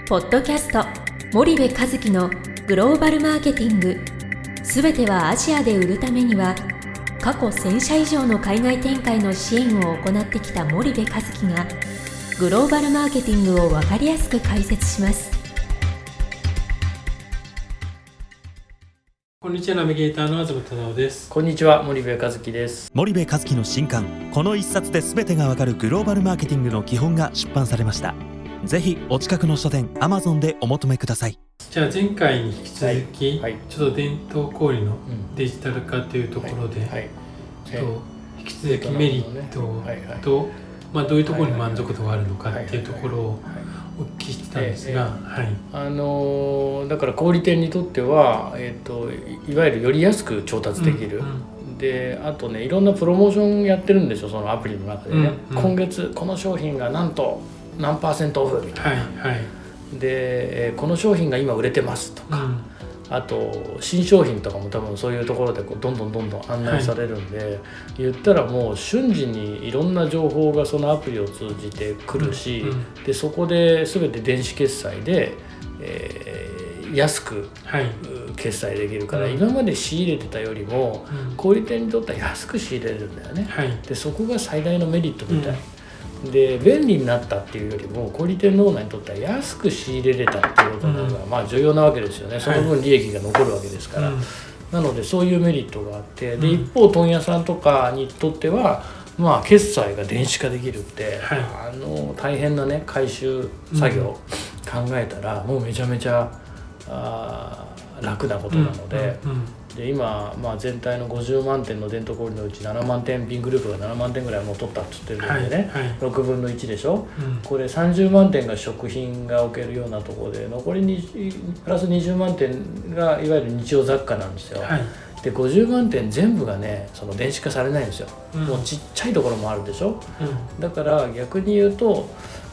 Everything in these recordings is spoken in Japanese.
ポッドキャスト森部一樹のグローバルマーケティング、すべてはアジアで売るためには、過去1000社以上の海外展開の支援を行ってきた森部一樹がグローバルマーケティングを分かりやすく解説します。 こんにちは、ナビゲーターの東忠夫です。 こんにちは、森部一樹です。 森部一樹の新刊、この一冊で全てがわかるグローバルマーケティングの基本が出版されました。ぜひお近くの書店 Amazon でお求めください。 じゃあ前回に引き続き、ちょっと伝統小売のデジタル化というところで、ちょっと引き続きメリットと、どういうところに満足度があるのかっていうところをお聞きしてたんですが、 だから小売店にとっては、いわゆるより安く調達できる、であとね、いろんなプロモーションやってるんですよ、そのアプリの中でね、今月この商品がなんと何%オフみたいな、で、この商品が今売れてますとか、あと新商品とかも多分そういうところでこうどんどん案内されるんで、言ったらもう瞬時にいろんな情報がそのアプリを通じてくるし、でそこで全て電子決済で、安く、決済できるから、今まで仕入れてたよりも、小売店にとっては安く仕入れるんだよね、でそこが最大のメリットみたい、で便利になったっていうよりも小売店のオーナーにとっては安く仕入れれたっていうことの方が重要なわけですよね。その分利益が残るわけですから、なのでそういうメリットがあって、で一方問屋さんとかにとっては決済が電子化できるって、大変なね回収作業考えたらもうめちゃめちゃ楽なことなので、で今、全体の50万点の伝統小売のうち7万点、ビングループが7万点ぐらいもう取ったって言ってるんでね、6分の1でしょ、これ30万点が食品が置けるようなところで、残りにプラス20万点がいわゆる日用雑貨なんですよ、で50万点全部がねその電子化されないんですよ、もうちっちゃいところもあるでしょ、だから逆に言うと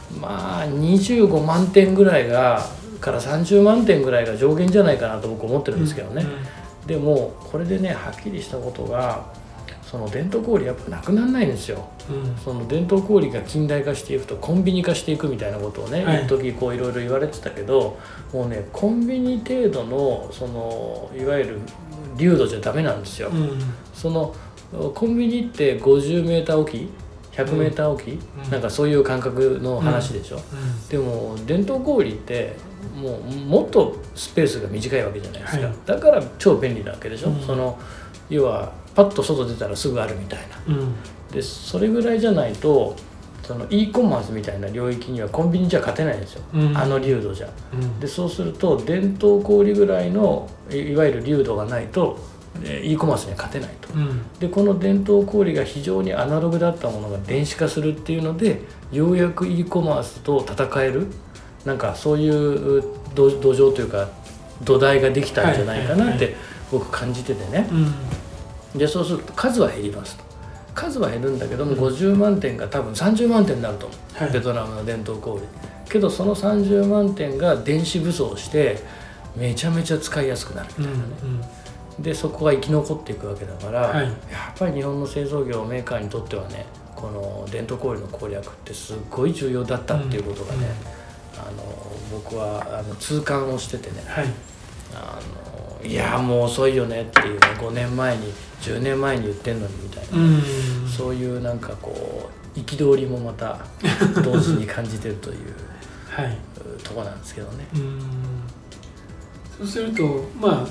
25万点ぐらいから30万点ぐらいが上限じゃないかなと僕思ってるんですけどね、でもこれでねはっきりしたことが、その伝統小売やっぱなくならないんですよ、その伝統小売が近代化していくとコンビニ化していくみたいなことをね、一時こういろいろ言われてたけど、もうねコンビニ程度のそのいわゆる流度じゃダメなんですよ、そのコンビニって50メーターおき100メーターおき、なんかそういう感覚の話でしょ、でも伝統小売ってもっとスペースが短いわけじゃないですか、だから超便利なわけでしょ、その要はパッと外出たらすぐあるみたいな、でそれぐらいじゃないとその e コマースみたいな領域にはコンビニじゃ勝てないんですよ、あの流度じゃ、でそうすると伝統小売ぐらいのいわゆる流度がないとe コマースには勝てないと、でこの伝統小売が非常にアナログだったものが電子化するっていうので、ようやく e コマースと戦える、なんかそういう土壌というか土台ができたんじゃないかなって僕感じててね、でそうすると数は減りますと、数は減るんだけども、50万点が多分30万点になると思う、ベトナムの伝統小売けど、その30万点が電子武装してめちゃめちゃ使いやすくなるみたいなね、でそこが生き残っていくわけだから、やっぱり日本の製造業メーカーにとってはね、この伝統小売の攻略ってすっごい重要だったっていうことがね、僕は痛感をしててね、いやもう遅いよねっていうね、5年前に10年前に言ってんのにみたいな、そういうなんかこう憤りもまた同時に感じてるというとこなんですけどね。 そうすると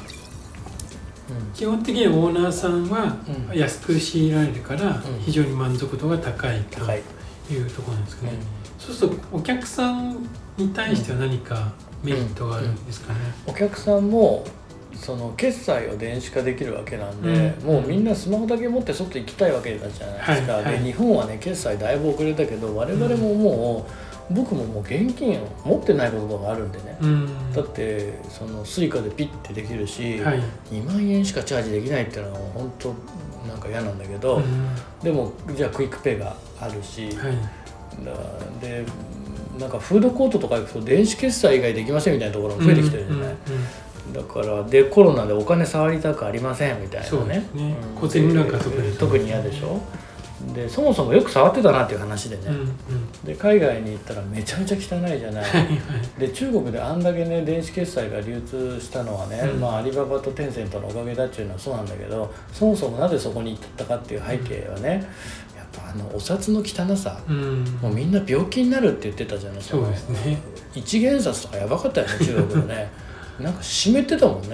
基本的にオーナーさんは安く仕入れられるから非常に満足度が高いというところなんですかね。そうするとお客さんに対しては何かメリットがあるんですかね。 お客さんもその決済を電子化できるわけなんで、もうみんなスマホだけ持って外行きたいわけじゃないですか、で日本はね決済だいぶ遅れたけど、我々ももう、僕ももう現金を持ってないことがあるんでね、だってそのスイカでピッてできるし、2万円しかチャージできないっていうのは本当なんか嫌なんだけど、でもじゃあクイックペイがあるし、でなんかフードコートとか行くと電子決済以外できませんみたいなところも増えてきてるじゃない、だからでコロナでお金触りたくありませんみたいなね、 小銭なんか特に嫌でしょ。 でそもそもよく触ってたなっていう話でね、で海外に行ったらめちゃめちゃ汚いじゃないで中国であんだけね電子決済が流通したのはね、アリババとテンセントのおかげだっていうのはそうなんだけど、そもそもなぜそこに行ったかっていう背景はね、やっぱお札の汚さ、もうみんな病気になるって言ってたじゃないですか。 そうですね。 一元札とかやばかったよね中国のねなんか湿ってたもんね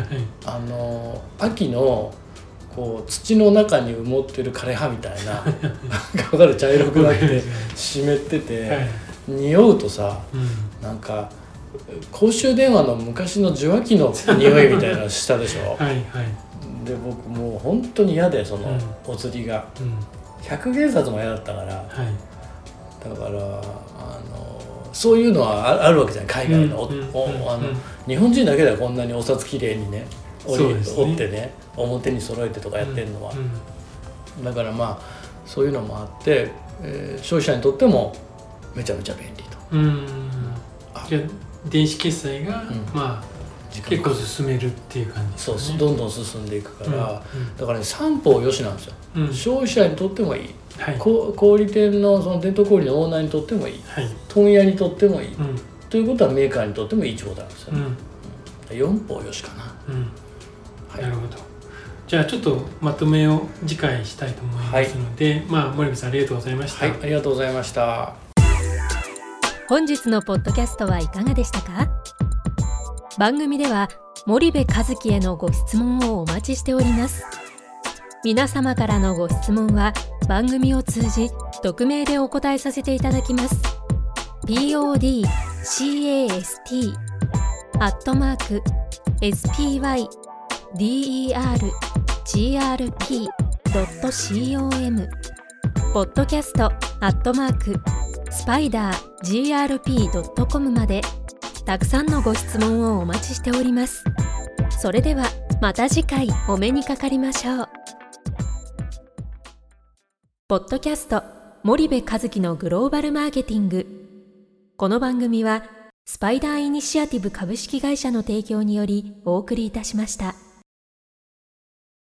秋のこう土の中に埋もってる枯れ葉みたいな分かる、茶色くなって湿ってて、匂うとさ、なんか公衆電話の昔の受話器の匂いみたいなのしたでしょで僕もう本当に嫌でそのお釣りが、100元札も嫌だったから、だからそういうのはあるわけじゃない海外の、日本人だけではこんなにお札きれいにね折ってね表に揃えてとかやってるのは、だからまあそういうのもあって、消費者にとってもめちゃめちゃ便利と。 じゃあ電子決済が、結構進めるっていう感じですね。 そうどんどん進んでいくから、だからね三方よしなんですよ、消費者にとってもいい、小売店のその伝統小売のオーナーにとってもいい、問屋にとってもいい、ということはメーカーにとってもいい状態なんですよね、4方よしかな。 なるほど。じゃあちょっとまとめを次回したいと思いますので、森部さんありがとうございました。 ありがとうございました。 本日のポッドキャストはいかがでしたか？番組では森部一樹へのご質問をお待ちしております。皆様からのご質問は番組を通じ匿名でお答えさせていただきます。podcast@spydergrp.com podcast@spidergrp.com までたくさんのご質問をお待ちしております。それではまた次回お目にかかりましょう。ポッドキャスト森部一樹のグローバルマーケティング。この番組はスパイダーイニシアティブ株式会社の提供によりお送りいたしました。